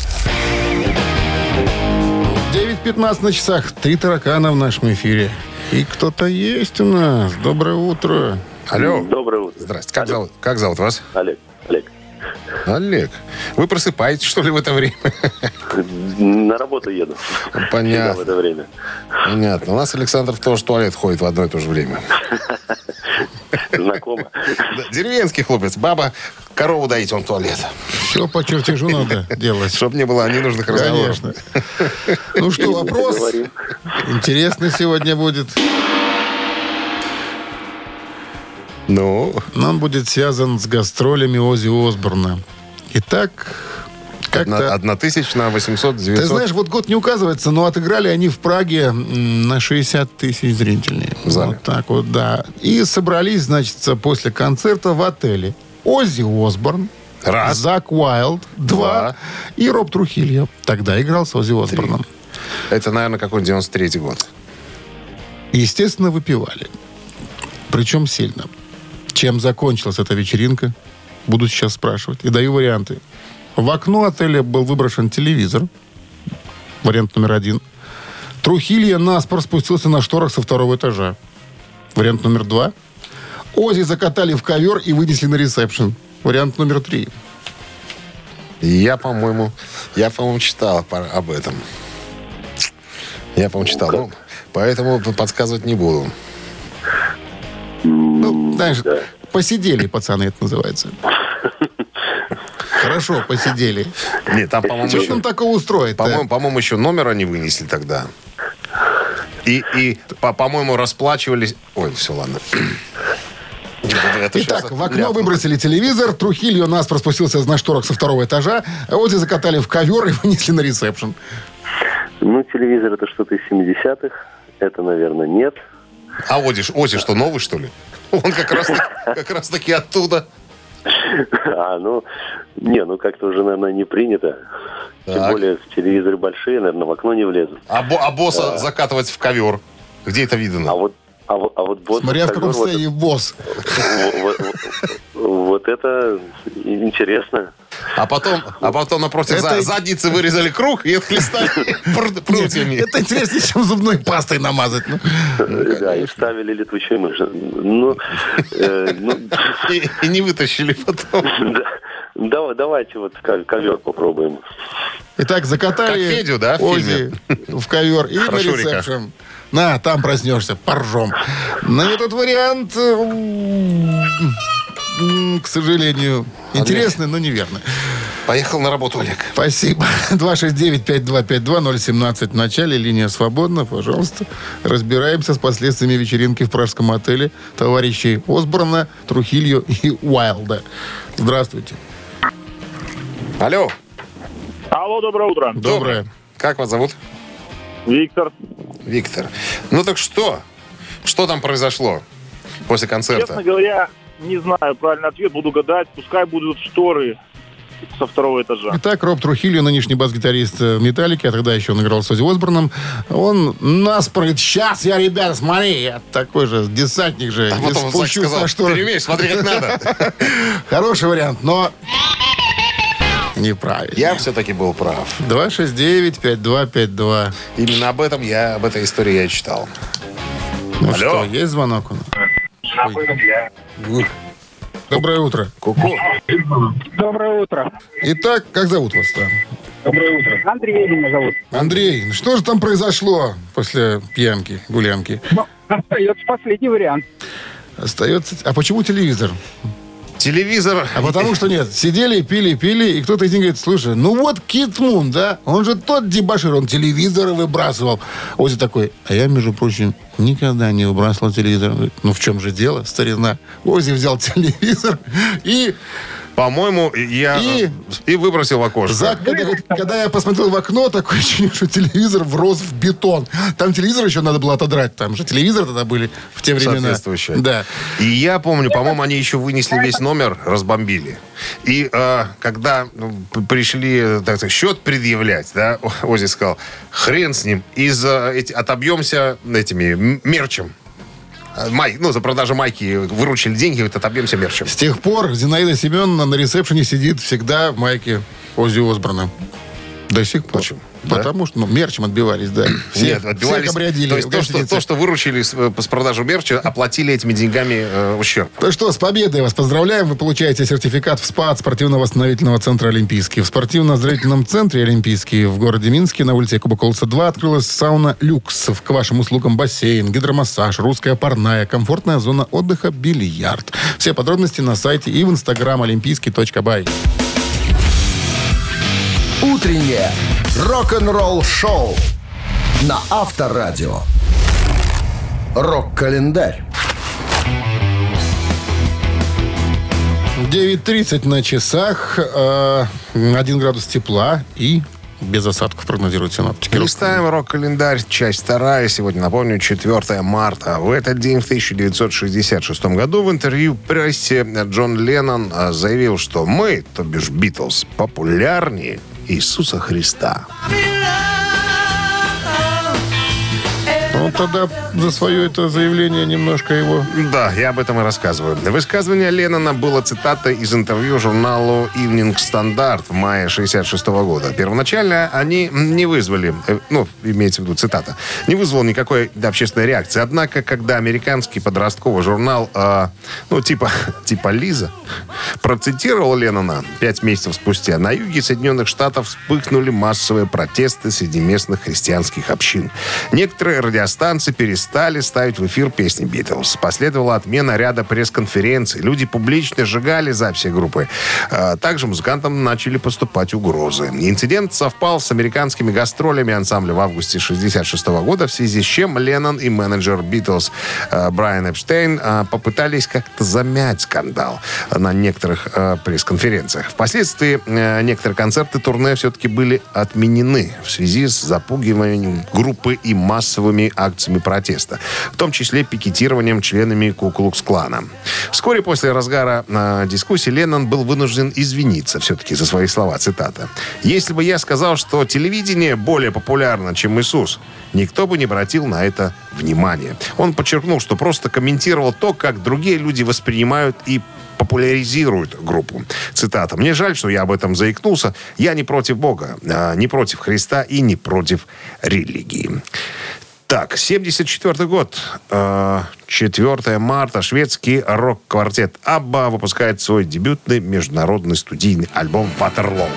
девять пятнадцать на часах. Три таракана в нашем эфире. И кто-то есть у нас. Доброе утро. Алло. Доброе утро. Здрасте. Как зовут, как зовут вас? Олег. Олег. Олег. Вы просыпаетесь, что ли, в это время? На работу еду. Всегда в Понятно. это время. Понятно. У нас Александр тоже в туалет ходит в одно и то же время. Знакомо. Да, деревенский хлопец. Баба корову доить, он в туалет. Все по чертежу надо делать. Чтобы не было ненужных разговоров. Конечно. Ну что, вопрос Говорим. интересный сегодня будет. Ну, Но он будет связан с гастролями Оззи Осборна. Итак, как-то... тысяча на восемьсот девятьсот. Ты знаешь, вот год не указывается, но отыграли они в Праге м, на шестьдесят тысяч зрителей. В зале. Вот так вот, да. И собрались, значит, после концерта в отеле. Оззи Осборн, Раз. Зак Уайлд, два, Два. и Роб Трухильо. Тогда играл с Оззи Осборном. Это, наверное, какой-нибудь девяносто третий год. Естественно, выпивали. Причем сильно. Чем закончилась эта вечеринка, буду сейчас спрашивать. И даю варианты. В окно отеля был выброшен телевизор. Вариант номер один. Трухильо наспор спустился на шторах со второго этажа. Вариант номер два. Оззи закатали в ковер и вынесли на ресепшн. Вариант номер три. Я, по-моему, я, по-моему, читал пар- об этом. Я, по-моему, читал. Ну, поэтому подсказывать не буду. Ну, знаешь, посидели, пацаны, это называется. Хорошо, посидели. Нет, там, по-моему, Что еще, там такого устроить? по-моему, по-моему, еще номер они вынесли тогда. И, и по- по-моему, расплачивались... Ой, все, ладно. Это Итак, щас в окно ляпну. выбросили телевизор, Трухильо наспор спустился на шторах со второго этажа, а Оззи закатали в ковер и вынесли на ресепшн. Ну, телевизор это что-то из семидесятых. Это, наверное, нет. А Ози, Ози что, новый, что ли? Он как раз, как раз таки оттуда. А, ну, не, ну как-то уже, наверное, не принято. Тем Так. более телевизоры большие, наверное, в окно не влезут. А, бо- а босса закатывать в ковер. Где это А видно? вот, а, вот- а вот босс... Смотря в каком вот- состоянии босс. Вот, вот- вот это интересно. А потом, а потом напротив Это- за- задницы вырезали круг и отхлестали пр- прутьями. Это интереснее, чем зубной пастой намазать. ну. Да, и вставили летучую мышь. Ну, э, ну, И, и не вытащили потом. да, давай- давайте вот ко- ковер попробуем. Итак, закатали Как Федю, да, в Оззи в ковер и на Хорошо, Рика. ресепшн. На, там проснешься, поржем. Но этот вариант, м, м, к сожалению, интересный, но неверный. Поехал на работу, Олег. Спасибо. два шесть девять пять два пять два ноль семнадцать в начале. Линия свободна. Пожалуйста. Разбираемся с последствиями вечеринки в пражском отеле товарищей Осборна, Трухильо и Уайлда. Здравствуйте. Алло. Алло, доброе утро. Доброе. Как вас зовут? Виктор. Виктор. Ну так что? Что там произошло после концерта? Честно говоря, не знаю правильный ответ, буду гадать. Пускай будут шторы со второго этажа. Итак, Роб Трухильо, нынешний бас-гитарист э, Металлики, а тогда еще он играл с Оззи Осборном, он наспор говорит: сейчас я, ребята, смотри, я такой же десантник же, А и потом он спущусь сказал: на шторы. ты не умеешь, смотри, как надо. Хороший вариант, но неправильно. Я все-таки был прав. два шесть девять пять два пять два. Именно об этом я, об этой истории я и читал. Ну Алло. что, есть звонок у нас? Ой. Доброе утро. Ку-ку. Доброе утро. Итак, как зовут вас-то? Доброе утро. Андрей меня зовут. Андрей, ну что же там произошло после пьянки, гулянки? Ну, остается последний вариант. Остается... А почему телевизор? Телевизор... А потому что нет, сидели, пили, пили, и кто-то из них говорит, слушай, ну вот Кит Мун, да, он же тот дебошир, он телевизоры выбрасывал. Ози такой, а я, между прочим, никогда не выбрасывал телевизор. Он говорит, ну в чем же дело, старина? Ози взял телевизор и... По-моему, я и, и выбросил в окошко. За, когда, когда я посмотрел в окно, такое ощущение, что телевизор врос в бетон. Там телевизор еще надо было отодрать. Там же телевизоры тогда были в те времена. Соответствующие. Да. И я помню, по-моему, они еще вынесли весь номер, разбомбили. И э, когда ну, пришли, так сказать, счет предъявлять, да, Ози сказал, хрен с ним, из, эти, отобьемся этими мерчем. Май, ну, за продажу майки выручили деньги, вот отобьемся мерчем. С тех пор Зинаида Семеновна на ресепшене сидит всегда в майке Оззи Осборна. До сих пор. Почему? Потому да? что ну, мерчем отбивались, да. Всех, Нет, отбивались. Всех обрядили. То есть то что, то, что выручили с, с продажи мерча, оплатили этими деньгами э, ущерб. Ну что, с победой вас поздравляем. Вы получаете сертификат в СПА от спортивно-восстановительного центра «Олимпийский». В спортивно-оздоровительном центре «Олимпийский» в городе Минске на улице Якуба Колоса два открылась сауна «Люкс». К вашим услугам бассейн, гидромассаж, русская парная, комфортная зона отдыха, бильярд. Все подробности на сайте и в инстаграм олимпийский точка бай. Утреннее рок-н-ролл-шоу на Авторадио. Рок-календарь. девять тридцать на часах, э, один градус тепла и без осадков прогнозируют синоптики. Листаем рок-календарь, часть вторая. Сегодня, напомню, четвёртое марта. В этот день, в тысяча девятьсот шестьдесят шестом году, в интервью прессе Джон Леннон заявил, что мы, то бишь Битлз, популярнее Иисуса Христа. Он тогда за свое это заявление немножко его... Да, я об этом и рассказываю. Высказывание Леннона было цитатой из интервью журналу Evening Standard в мае шестьдесят шестого года. Первоначально они не вызвали, ну, имеется в виду цитата, не вызвал никакой общественной реакции. Однако, когда американский подростковый журнал, э, ну, типа, типа Лиза, процитировал Леннона пять месяцев спустя, на юге Соединенных Штатов вспыхнули массовые протесты среди местных христианских общин. Некоторые радиостанции перестали ставить в эфир песни «Битлз». Последовала отмена ряда пресс-конференций. Люди публично сжигали записи группы. Также музыкантам начали поступать угрозы. Инцидент совпал с американскими гастролями ансамбля в августе шестьдесят шестого года, в связи с чем Леннон и менеджер «Битлз» Брайан Эпштейн попытались как-то замять скандал на некоторых пресс-конференциях. Впоследствии некоторые концерты турне все-таки были отменены в связи с запугиванием группы и массовыми акциями протеста, в том числе пикетированием членами Ку-Клукс-клана. Вскоре после разгара э, дискуссии Леннон был вынужден извиниться все-таки за свои слова. Цитата. «Если бы я сказал, что телевидение более популярно, чем Иисус, никто бы не обратил на это внимания». Он подчеркнул, что просто комментировал то, как другие люди воспринимают и популяризируют группу. Цитата. «Мне жаль, что я об этом заикнулся. Я не против Бога, не против Христа и не против религии». Так, семьдесят четвёртый год, четвёртое марта, шведский рок-квартет Абба выпускает свой дебютный международный студийный альбом «Ватерлоо».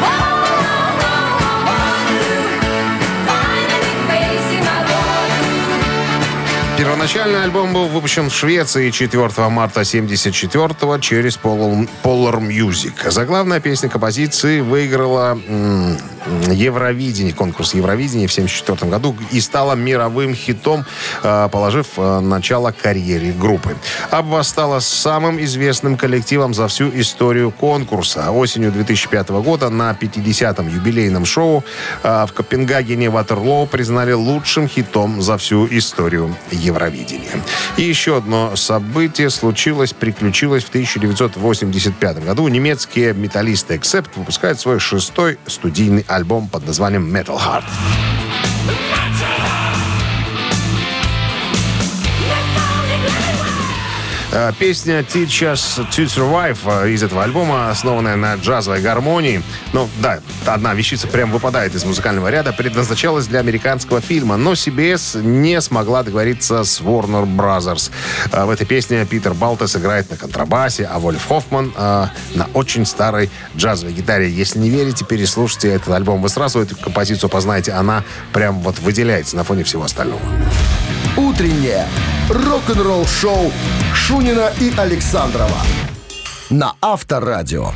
Первоначально альбом был выпущен в Швеции четвёртого марта семьдесят четвёртого через Polar Music. Заглавная песня композиции выиграла м- Евровидение, конкурс Евровидения в семьдесят четвёртом году и стала мировым хитом, положив начало карьере группы. Абба стала самым известным коллективом за всю историю конкурса. Осенью две тысячи пятого года на пятидесятом юбилейном шоу в Копенгагене «Ватерлоо» признали лучшим хитом за всю историю Евровидения. И еще одно событие случилось, приключилось в тысяча девятьсот восемьдесят пятом году. Немецкие металлисты Accept выпускают свой шестой студийный альбом под названием «Metal Heart». Песня «Teach Us to Survive» из этого альбома, основанная на джазовой гармонии. Ну, да, одна вещица прям выпадает из музыкального ряда, предназначалась для американского фильма, но си би эс не смогла договориться с Warner Brothers. В этой песне Питер Балтес играет на контрабасе, а Вольф Хоффман э, на очень старой джазовой гитаре. Если не верите, переслушайте этот альбом. Вы сразу эту композицию познаете. Она прям вот выделяется на фоне всего остального. Утреннее рок-н-ролл-шоу Шунина и Александрова на Авторадио.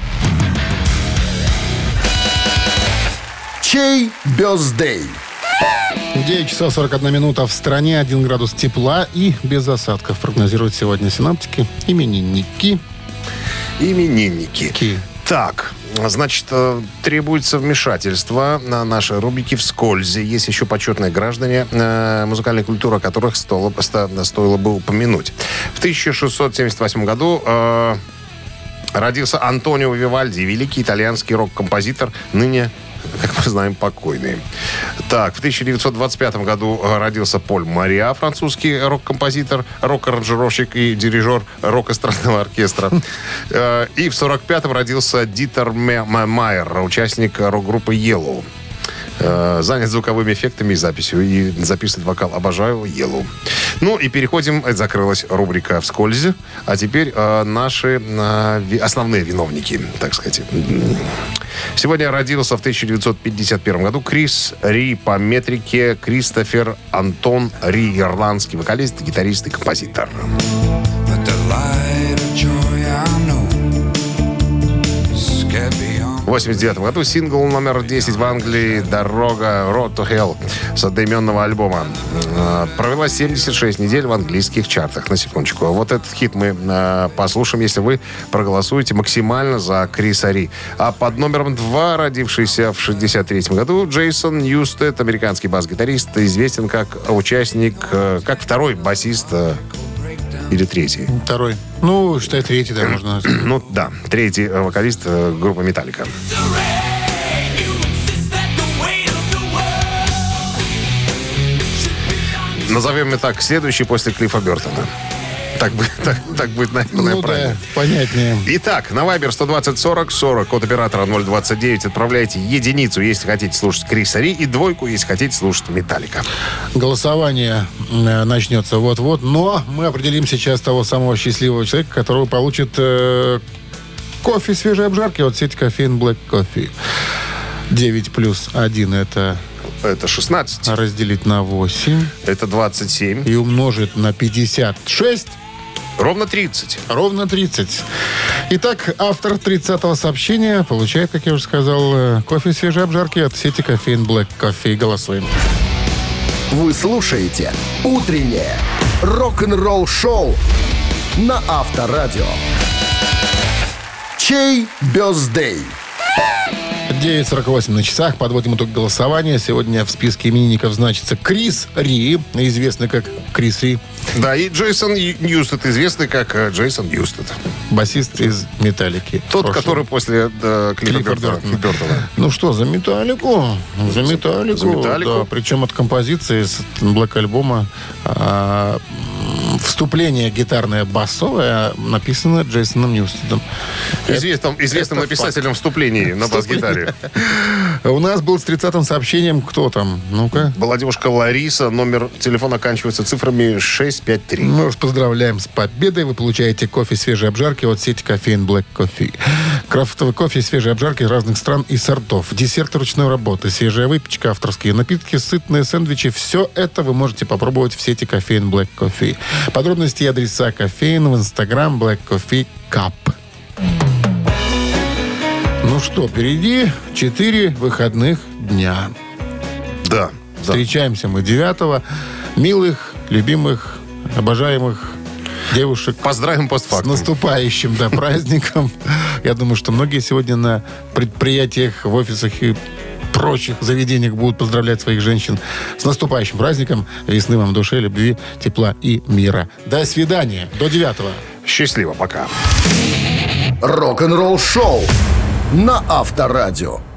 Чей бёздей? девять часов сорок одна минута в стране, один градус тепла и без осадков. Прогнозируют сегодня синоптики. Именинники. Именинники. Ки. Так, значит, э, требуется вмешательство на нашей рубрике «Вскользь». Есть еще почетные граждане, э, музыкальной культуры, которых стоило, сто- стоило бы упомянуть. В тысяча шестьсот семьдесят восьмом году э, родился Антонио Вивальди, великий итальянский рок-композитор, ныне, как мы знаем, покойный. Так, в тысяча девятьсот двадцать пятом году родился Поль Мариа, французский рок-композитор, рок-аранжировщик и дирижер рок-эстрадного оркестра. И в сорок пятом родился Дитер Майер, участник рок-группы Yellow. Занят звуковыми эффектами и записью. И записывает вокал. Обожаю Yellow. Ну и переходим. Закрылась рубрика «Вскользь». А теперь э, наши э, ви, основные виновники, так сказать. Сегодня родился в тысяча девятьсот пятьдесят первом году Крис Ри, по метрике Кристофер Антон Ри, ирландский вокалист, гитарист и композитор. В восемьдесят девятом году сингл номер десять в Англии «Дорога Road to Hell» с одноименного альбома провела семьдесят шесть недель в английских чартах. На секундочку. Вот этот хит мы э, послушаем, если вы проголосуете максимально за Криса Ри. А под номером два, родившийся в шестьдесят третьем году, Джейсон Ньюстед, американский бас-гитарист, известен как участник, э, как второй басист э, или третий? Второй. Ну, считай, третий, да, можно сказать. Ну, да. Третий э, вокалист э, группы «Металлика». Назовем его так, следующий после Клиффа Бёртона. Так, так, так будет, наверное, ну, правильно. Да, понятнее. Итак, на Вайбер сто двадцать сорок сорок, код оператора ноль двадцать девять, отправляйте единицу, если хотите слушать Криса Ри, и двойку, если хотите слушать «Металлика». Голосование э, начнется вот-вот, но мы определим сейчас того самого счастливого человека, которого получит э, кофе свежей обжарки от сети кофеин Black Coffee. девять плюс один это... Это шестнадцать. Разделить на восемь. Это двадцать семь. И умножить на пятьдесят шесть. Ровно тридцать. Ровно тридцать. Итак, автор тридцатого сообщения получает, как я уже сказал, кофе свежей обжарки от сети кофеин Black Coffee. Голосуем. Вы слушаете «Утреннее рок-н-ролл-шоу» на Авторадио. Чей бёздей? девять сорок восемь на часах. Подводим итог голосования. Сегодня в списке именинников значится Крис Ри, известный как Крис Ри. Да, и Джейсон Ньюстед, известный как Джейсон Ньюстед. Басист из «Металлики». Тот, который после да, Клиффа Бёртона. Бёртона. Ну что, за «Металлику». За «Металлику». За «Металлику». Да, причем от композиции с Блэк-альбома а, вступление гитарное басовое написано Джейсоном Ньюстедом. Известным, известным это написателем факт. вступлений на бас-гитаре. У нас был с тридцатым сообщением. Кто там? Ну-ка. Была девушка Лариса. Номер телефона оканчивается цифрами шесть пять три. Мы вас поздравляем с победой. Вы получаете кофе свежей обжарки от сети кофеин Black Coffee. Крафтовый кофе свежей обжарки разных стран и сортов. Десерты ручной работы, свежая выпечка, авторские напитки, сытные сэндвичи. Все это вы можете попробовать в сети кофеин Black Coffee. Подробности и адреса кофеин в Instagram Black Coffee Cup. Ну что, впереди четыре выходных дня. Да. Встречаемся мы девятого. Милых, любимых, обожаемых девушек. Поздравим постфактум. С наступающим, да, праздником. Я думаю, что многие сегодня на предприятиях, в офисах и прочих заведениях будут поздравлять своих женщин с наступающим праздником. Весны вам в душе, любви, тепла и мира. До свидания. До девятого. Счастливо. Пока. Рок-н-ролл-шоу на Авторадио.